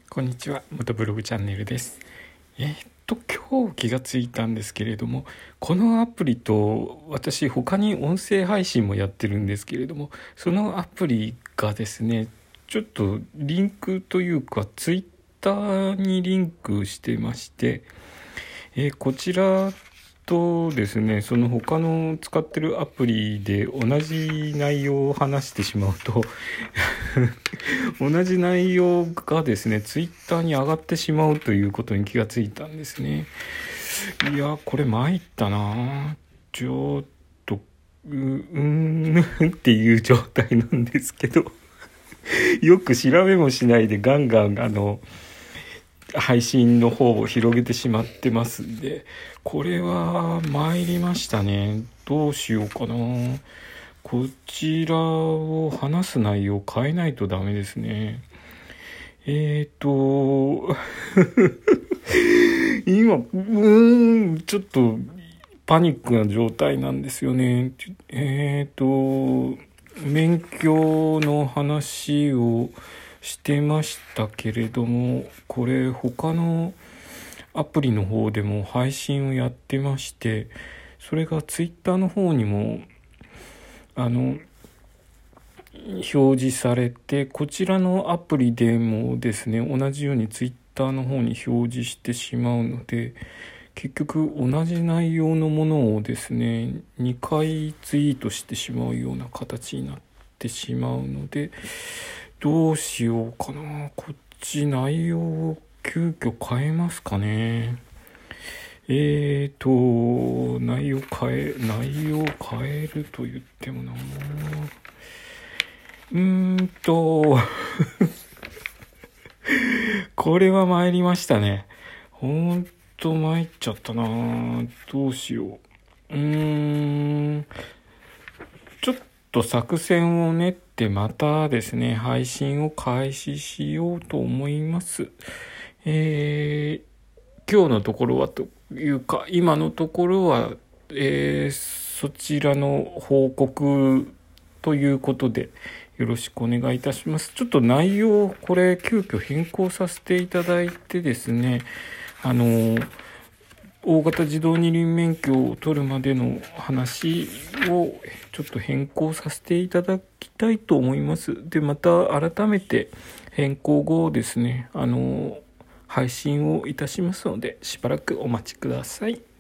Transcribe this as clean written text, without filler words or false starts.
こんにちは、元ブログチャンネルです。今日気がついたんですけれども、このアプリと私他に音声配信もやってるんですけれども、そのアプリがですね、ちょっとリンクというかツイッターにリンクしてまして、こちらとですね、その他の使ってるアプリで同じ内容を話してしまうと同じ内容がですねツイッターに上がってしまうということに気がついたんですね。いやこれ参ったな。ちょっとっていう状態なんですけどよく調べもしないでガンガン配信の方を広げてしまってますんで、これは参りましたね。どうしようかな。こちらを話す内容を変えないとダメですね。今ちょっとパニックな状態なんですよね。免許の話をしてましたけれども、これ他のアプリの方でも配信をやってまして、それがツイッターの方にも表示されて、こちらのアプリでもですね同じようにツイッターの方に表示してしまうので、結局同じ内容のものをですね2回ツイートしてしまうような形になってしまうので、どうしようかな。こっち内容を急遽変えますかね。内容変えると言ってもなこれは参りましたね。ほんと参っちゃったな。どうしよう。ちょっと作戦を練ってまたですね、配信を開始しようと思います。今日のところはというか、今のところは、そちらの報告ということでよろしくお願いいたします。ちょっと内容をこれ急遽変更させていただいてですね、大型自動二輪免許を取るまでの話をちょっと変更させていただきたいと思います。で、また改めて変更後ですね、配信をいたしますので、しばらくお待ちください。